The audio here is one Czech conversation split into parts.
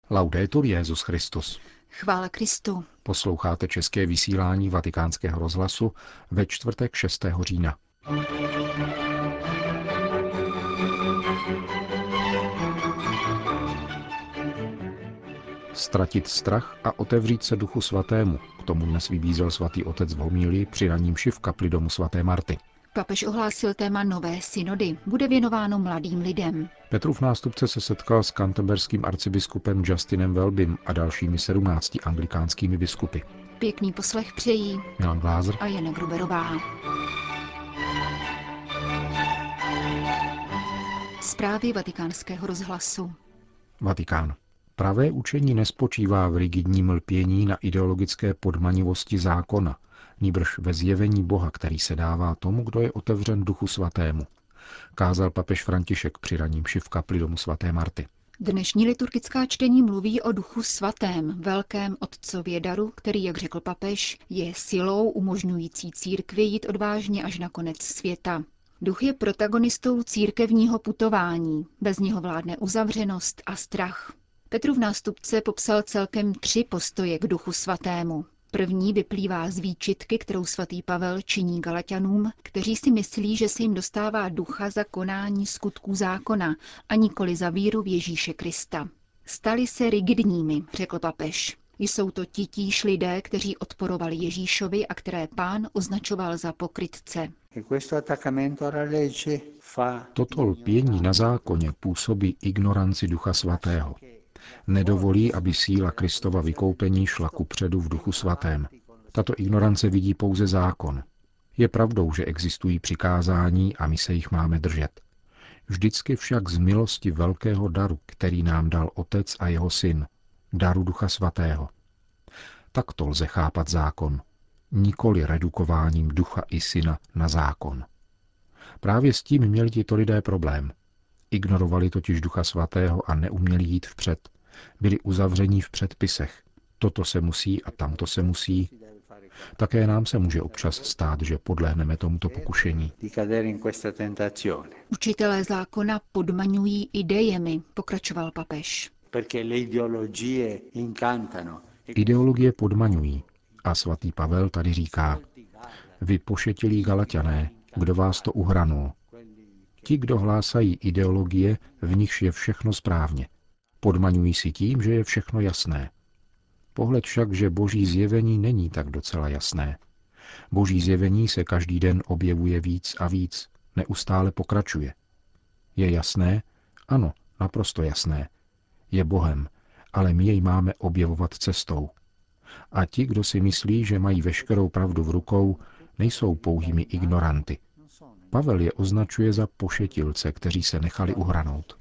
Laudetur Jesus Christus. Chvála Kristu. Posloucháte české vysílání Vatikánského rozhlasu ve čtvrtek 6. října. Ztratit strach a otevřít se Duchu Svatému. K tomu dnes vybízel svatý otec v homílii při ranní mši v kapli domu svaté Marty. Papež ohlásil téma nové synody. Bude věnováno mladým lidem. Petrův nástupce se setkal s canterberským arcibiskupem Justinem Welbym a dalšími 17 anglikánskými biskupy. Pěkný poslech přejí Milan Glázer a Jana Gruberová. Zprávy Vatikánského rozhlasu. Vatikán. Pravé učení nespočívá v rigidním lpění na ideologické podmanivosti zákona, nýbrž ve zjevení Boha, který se dává tomu, kdo je otevřen Duchu Svatému, kázal papež František při ranní mši v kapli domu svaté Marty. Dnešní liturgická čtení mluví o Duchu Svatém, velkém otcově daru, který, jak řekl papež, je silou umožňující církvi jít odvážně až na konec světa. Duch je protagonistou církevního putování, bez něho vládne uzavřenost a strach. Petrův nástupce popsal celkem 3 postoje k Duchu Svatému. První vyplývá z výčitky, kterou svatý Pavel činí Galaťanům, kteří si myslí, že se jim dostává ducha za konání skutků zákona a nikoli za víru v Ježíše Krista. Stali se rigidními, řekl papež. Jsou to titíž lidé, kteří odporovali Ježíšovi a které Pán označoval za pokrytce. Toto lpění na zákoně působí ignoranci Ducha Svatého. Nedovolí, aby síla Kristova vykoupení šla kupředu v Duchu Svatém. Tato ignorance vidí pouze zákon. Je pravdou, že existují přikázání a my se jich máme držet. Vždycky však z milosti velkého daru, který nám dal Otec a jeho Syn, daru Ducha Svatého. Takto lze chápat zákon, nikoli redukováním Ducha i Syna na zákon. Právě s tím měli tito lidé problém. Ignorovali totiž Ducha Svatého a neuměli jít vpřed. Byli uzavření v předpisech. Toto se musí a tamto se musí. Také nám se může občas stát, že podlehneme tomuto pokušení. Učitelé zákona podmaňují idejemi, pokračoval papež. Ideologie podmaňují. A svatý Pavel tady říká: Vy pošetilí Galaťané, kdo vás to uhranul? Ti, kdo hlásají ideologie, v nichž je všechno správně. Podmaňují si tím, že je všechno jasné. Pohled však, že boží zjevení není tak docela jasné. Boží zjevení se každý den objevuje víc a víc, neustále pokračuje. Je jasné? Ano, naprosto jasné. Je Bohem, ale my jej máme objevovat cestou. A ti, kdo si myslí, že mají veškerou pravdu v rukou, nejsou pouhými ignoranty. Pavel je označuje za pošetilce, kteří se nechali uhranout.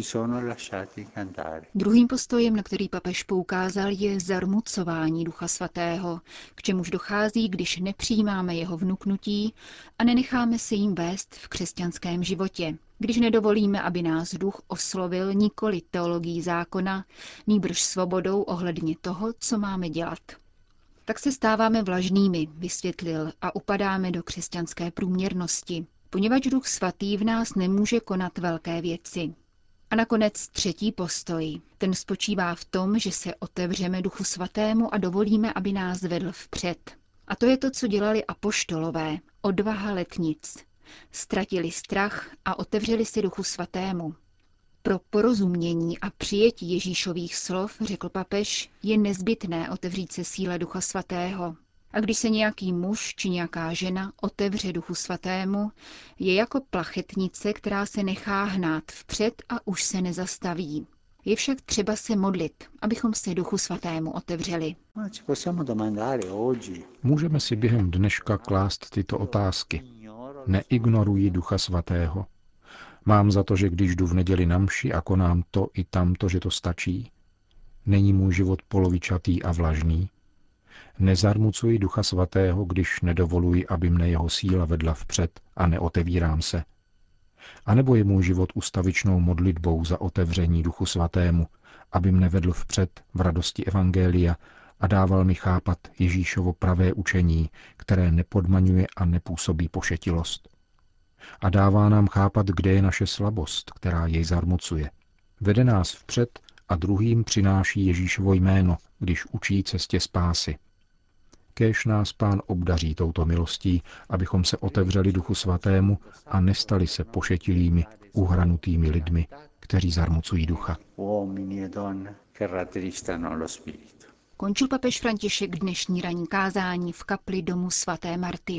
Druhým postojem, na který papež poukázal, je zarmucování Ducha Svatého, k čemuž dochází, když nepřijímáme jeho vnuknutí a nenecháme se jim vést v křesťanském životě, když nedovolíme, aby nás Duch oslovil nikoli teologií zákona, nýbrž svobodou ohledně toho, co máme dělat. Tak se stáváme vlažnými, vysvětlil, a upadáme do křesťanské průměrnosti, poněvadž Duch Svatý v nás nemůže konat velké věci. A nakonec 3. postoj. Ten spočívá v tom, že se otevřeme Duchu Svatému a dovolíme, aby nás vedl vpřed. A to je to, co dělali apoštolové, odvaha letnic. Ztratili strach a otevřeli se Duchu Svatému. Pro porozumění a přijetí Ježíšových slov, řekl papež, je nezbytné otevřít se síle Ducha Svatého. A když se nějaký muž či nějaká žena otevře Duchu Svatému, je jako plachetnice, která se nechá hnát vpřed a už se nezastaví. Je však třeba se modlit, abychom se Duchu Svatému otevřeli. Můžeme si během dneška klást tyto otázky. Neignoruji Ducha Svatého? Mám za to, že když jdu v neděli na mši a konám to i tamto, že to stačí? Není můj život polovičatý a vlažný? Nezarmucuji Ducha Svatého, když nedovoluji, aby mne jeho síla vedla vpřed a neotevírám se? A nebo je můj život ustavičnou modlitbou za otevření Duchu Svatému, aby mne vedl vpřed v radosti evangelia a dával mi chápat Ježíšovo pravé učení, které nepodmaňuje a nepůsobí pošetilost? A dává nám chápat, kde je naše slabost, která jej zarmucuje. Vede nás vpřed a druhým přináší Ježíšovo jméno, když učí cestě spásy. Kéž nás Pán obdaří touto milostí, abychom se otevřeli Duchu Svatému a nestali se pošetilými, uhranutými lidmi, kteří zarmucují ducha. Končil papež František dnešní ranní kázání v kapli domu svaté Marty.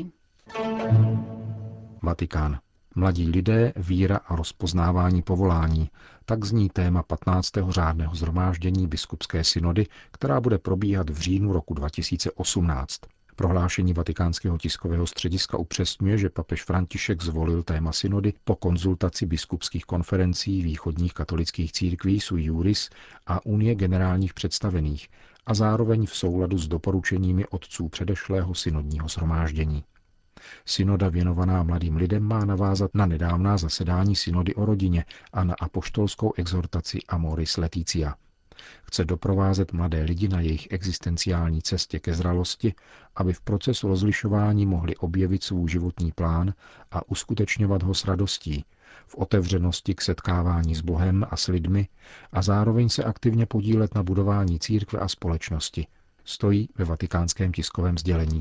Vatikán. Mladí lidé, víra a rozpoznávání povolání. Tak zní téma 15. řádného shromáždění biskupské synody, která bude probíhat v říjnu roku 2018. Prohlášení Vatikánského tiskového střediska upřesňuje, že papež František zvolil téma synody po konzultaci biskupských konferencí východních katolických církví sui juris a Unie generálních představených a zároveň v souladu s doporučeními otců předešlého synodního shromáždění. Synoda věnovaná mladým lidem má navázat na nedávná zasedání synody o rodině a na apoštolskou exhortaci Amoris Laetitia. Chce doprovázet mladé lidi na jejich existenciální cestě ke zralosti, aby v procesu rozlišování mohli objevit svůj životní plán a uskutečňovat ho s radostí, v otevřenosti k setkávání s Bohem a s lidmi a zároveň se aktivně podílet na budování církve a společnosti. Stojí ve Vatikánském tiskovém sdělení.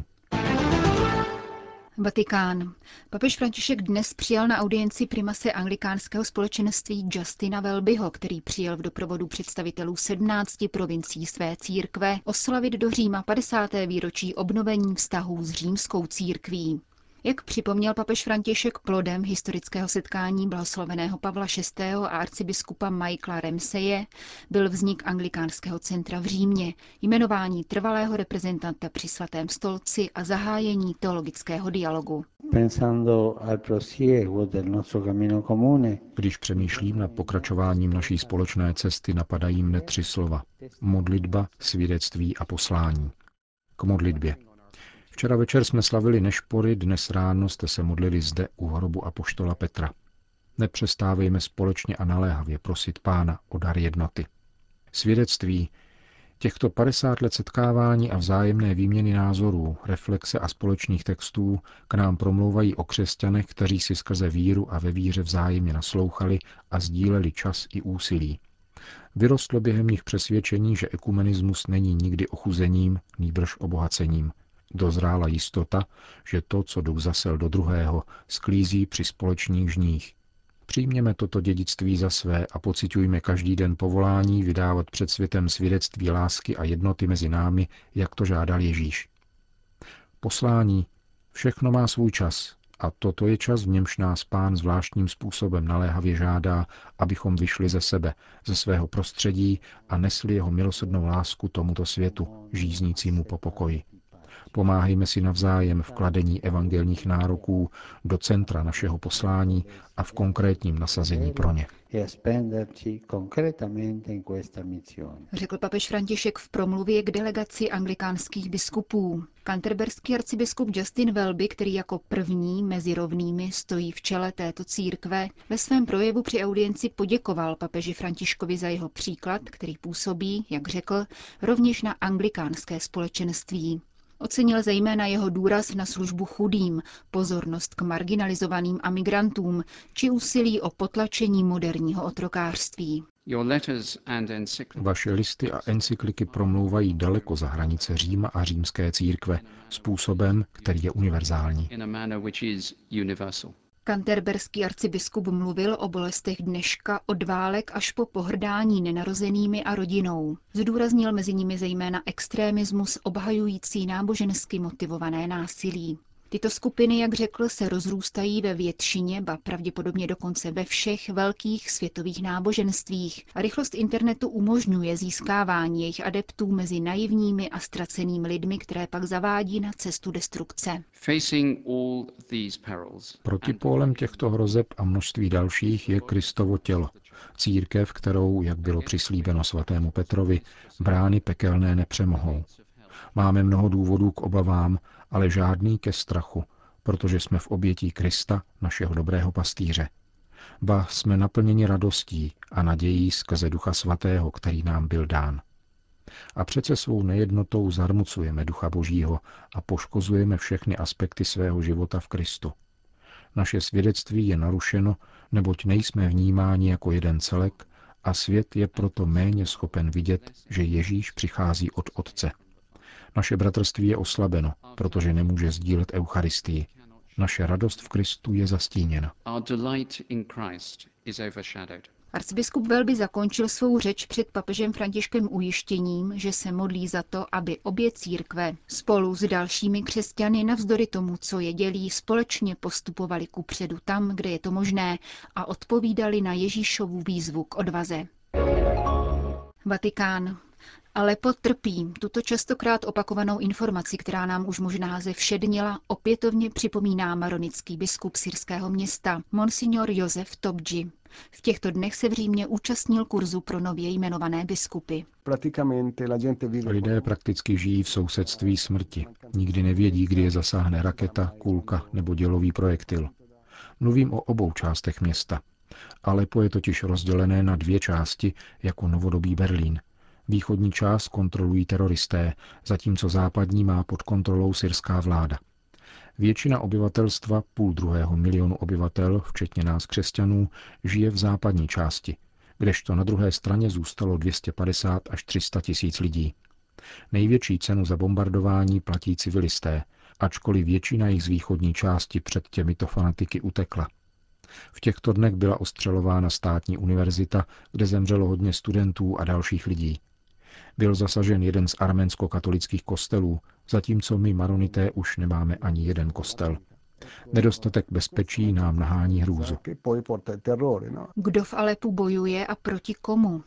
Vatikán. Papež František dnes přijal na audienci primase anglikánského společenství Justina Welbyho, který přijel v doprovodu představitelů 17 provincií své církve oslavit do Říma 50. výročí obnovení vztahů s římskou církví. Jak připomněl papež František, plodem historického setkání blahoslaveného Pavla VI. A arcibiskupa Michaela Ramseje byl vznik anglikánského centra v Římě, jmenování trvalého reprezentanta při svatém stolci a zahájení teologického dialogu. Když přemýšlím nad pokračováním naší společné cesty, napadají mne 3 slova. Modlitba, svědectví a poslání. K modlitbě. Včera večer jsme slavili nešpory, dnes ráno jste se modlili zde u hrobu apoštola Petra. Nepřestávejme společně a naléhavě prosit Pána o dar jednoty. Svědectví. Těchto 50 let setkávání a vzájemné výměny názorů, reflexe a společných textů k nám promlouvají o křesťanech, kteří si skrze víru a ve víře vzájemně naslouchali a sdíleli čas i úsilí. Vyrostlo během nich přesvědčení, že ekumenismus není nikdy ochuzením, nýbrž obohacením. Dozrála jistota, že to, co Duch zasel do druhého, sklízí při společných žních. Přijměme toto dědictví za své a pociťujme každý den povolání vydávat před světem svědectví lásky a jednoty mezi námi, jak to žádal Ježíš. Poslání. Všechno má svůj čas a toto je čas, v němž nás Pán zvláštním způsobem naléhavě žádá, abychom vyšli ze sebe, ze svého prostředí a nesli jeho milosrdnou lásku tomuto světu, žíznícímu po pokoji. Pomáhejme si navzájem v kladení evangelních nároků do centra našeho poslání a v konkrétním nasazení pro ně. Řekl papež František v promluvě k delegaci anglikánských biskupů. Canterberský arcibiskup Justin Welby, který jako první mezi rovnými stojí v čele této církve, ve svém projevu při audienci poděkoval papeži Františkovi za jeho příklad, který působí, jak řekl, rovněž na anglikánské společenství. Ocenil zejména jeho důraz na službu chudým, pozornost k marginalizovaným a migrantům či úsilí o potlačení moderního otrokářství. Vaše listy a encykliky promlouvají daleko za hranice Říma a římské církve způsobem, který je univerzální. Canterberský arcibiskup mluvil o bolestech dneška od válek až po pohrdání nenarozenými a rodinou. Zdůraznil mezi nimi zejména extrémismus obhajující nábožensky motivované násilí. Tyto skupiny, jak řekl, se rozrůstají ve většině, ba pravděpodobně dokonce ve všech velkých světových náboženstvích a rychlost internetu umožňuje získávání jejich adeptů mezi naivními a ztracenými lidmi, které pak zavádí na cestu destrukce. Protipólem těchto hrozeb a množství dalších je Kristovo tělo, církev, kterou, jak bylo přislíbeno svatému Petrovi, brány pekelné nepřemohou. Máme mnoho důvodů k obavám, ale žádný ke strachu, protože jsme v obětí Krista, našeho dobrého pastýře. Ba jsme naplněni radostí a nadějí skrze Ducha Svatého, který nám byl dán. A přece svou nejednotou zarmucujeme Ducha Božího a poškozujeme všechny aspekty svého života v Kristu. Naše svědectví je narušeno, neboť nejsme vnímáni jako jeden celek, a svět je proto méně schopen vidět, že Ježíš přichází od Otce. Naše bratrství je oslabeno, protože nemůže sdílet Eucharistii. Naše radost v Kristu je zastíněna. Arcibiskup Welby zakončil svou řeč před papežem Františkem ujištěním, že se modlí za to, aby obě církve spolu s dalšími křesťany navzdory tomu, co je dělí, společně postupovali kupředu tam, kde je to možné a odpovídali na Ježíšovu výzvu k odvaze. Vatikán. Aleppo trpí. Tuto častokrát opakovanou informaci, která nám už možná zevšednila, opětovně připomíná maronický biskup syrského města, monsignor Josef Tobji. V těchto dnech se v Římě účastnil kurzu pro nově jmenované biskupy. Lidé prakticky žijí v sousedství smrti. Nikdy nevědí, kdy je zasáhne raketa, kulka nebo dělový projektil. Mluvím o obou částech města. Aleppo je totiž rozdělené na dvě části jako novodobý Berlín. Východní část kontrolují teroristé, zatímco západní má pod kontrolou syrská vláda. Většina obyvatelstva, 1,5 milionu obyvatel, včetně nás křesťanů, žije v západní části, kdežto na druhé straně zůstalo 250 až 300 tisíc lidí. Největší cenu za bombardování platí civilisté, ačkoliv většina jich z východní části před těmito fanatiky utekla. V těchto dnech byla ostřelována státní univerzita, kde zemřelo hodně studentů a dalších lidí. Byl zasažen jeden z arménsko-katolických kostelů, zatímco my maronité už nemáme ani jeden kostel. Nedostatek bezpečí nám nahání hrůzu. Kdo v Aleppu bojuje a proti komu?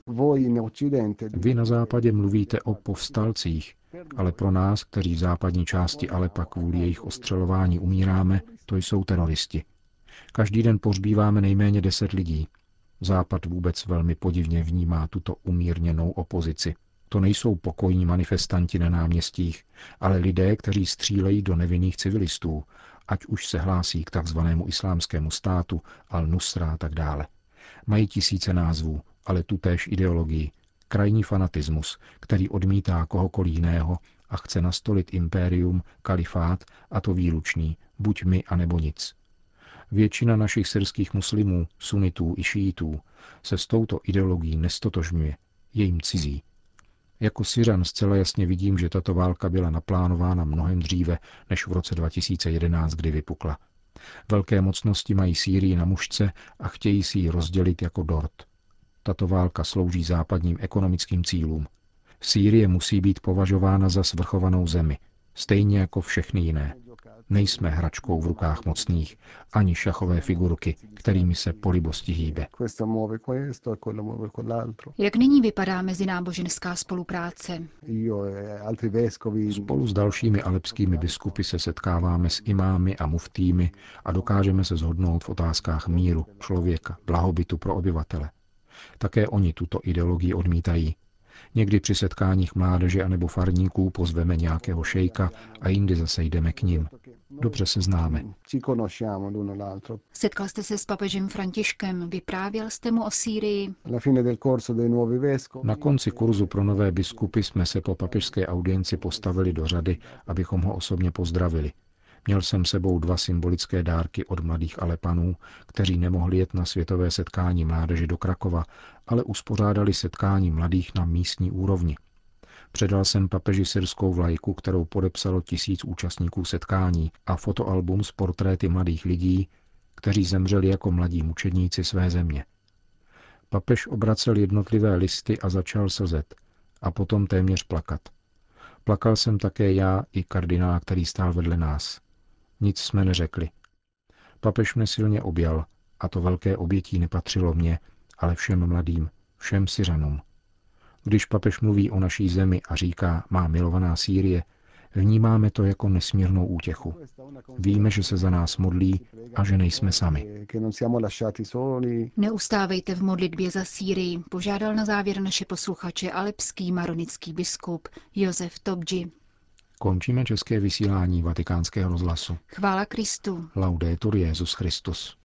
Vy na západě mluvíte o povstalcích, ale pro nás, kteří v západní části Aleppa kvůli jejich ostřelování umíráme, to jsou teroristi. Každý den pohřbíváme nejméně 10 lidí. Západ vůbec velmi podivně vnímá tuto umírněnou opozici. To nejsou pokojní manifestanti na náměstích, ale lidé, kteří střílejí do nevinných civilistů, ať už se hlásí k takzvanému islámskému státu, al-Nusra a tak dále. Mají tisíce názvů, ale tutéž ideologii. Krajní fanatismus, který odmítá kohokoliv jiného a chce nastolit impérium, kalifát, a to výlučný, buď my, anebo nic. Většina našich syrských muslimů, sunitů i šíitů se s touto ideologií nestotožňuje, je jim cizí. Jako Syřan zcela jasně vidím, že tato válka byla naplánována mnohem dříve než v roce 2011, kdy vypukla. Velké mocnosti mají Sýrii na mušce a chtějí si ji rozdělit jako dort. Tato válka slouží západním ekonomickým cílům. Sýrie musí být považována za svrchovanou zemi, stejně jako všechny jiné. Nejsme hračkou v rukách mocných, ani šachové figurky, kterými se po libosti hýbe. Jak nyní vypadá mezináboženská spolupráce? Spolu s dalšími alepskými biskupy se setkáváme s imámy a muftými a dokážeme se shodnout v otázkách míru, člověka, blahobytu pro obyvatele. Také oni tuto ideologii odmítají. Někdy při setkáních mládeže anebo farníků pozveme nějakého šejka a jindy zase jdeme k nim. Dobře se známe. Setkal jste se s papežem Františkem, vyprávěl jste mu o Sýrii? Na konci kurzu pro nové biskupy jsme se po papežské audienci postavili do řady, abychom ho osobně pozdravili. Měl jsem sebou 2 symbolické dárky od mladých Alepanů, kteří nemohli jet na světové setkání mládeže do Krakova, ale uspořádali setkání mladých na místní úrovni. Předal jsem papeži syrskou vlajku, kterou podepsalo 1000 účastníků setkání, a fotoalbum s portréty mladých lidí, kteří zemřeli jako mladí mučedníci své země. Papež obracel jednotlivé listy a začal slzet, a potom téměř plakat. Plakal jsem také já i kardinál, který stál vedle nás. Nic jsme neřekli. Papež mne silně objal, a to velké obětí nepatřilo mně, ale všem mladým, všem Syřanům. Když papež mluví o naší zemi a říká má milovaná Sýrie, vnímáme to jako nesmírnou útěchu. Víme, že se za nás modlí a že nejsme sami. Neustávejte v modlitbě za Sýrii, požádal na závěr naše posluchače alepský maronický biskup Josef Tobji. Končíme české vysílání Vatikánského rozhlasu. Chvála Kristu. Laudetur Jesus Christus.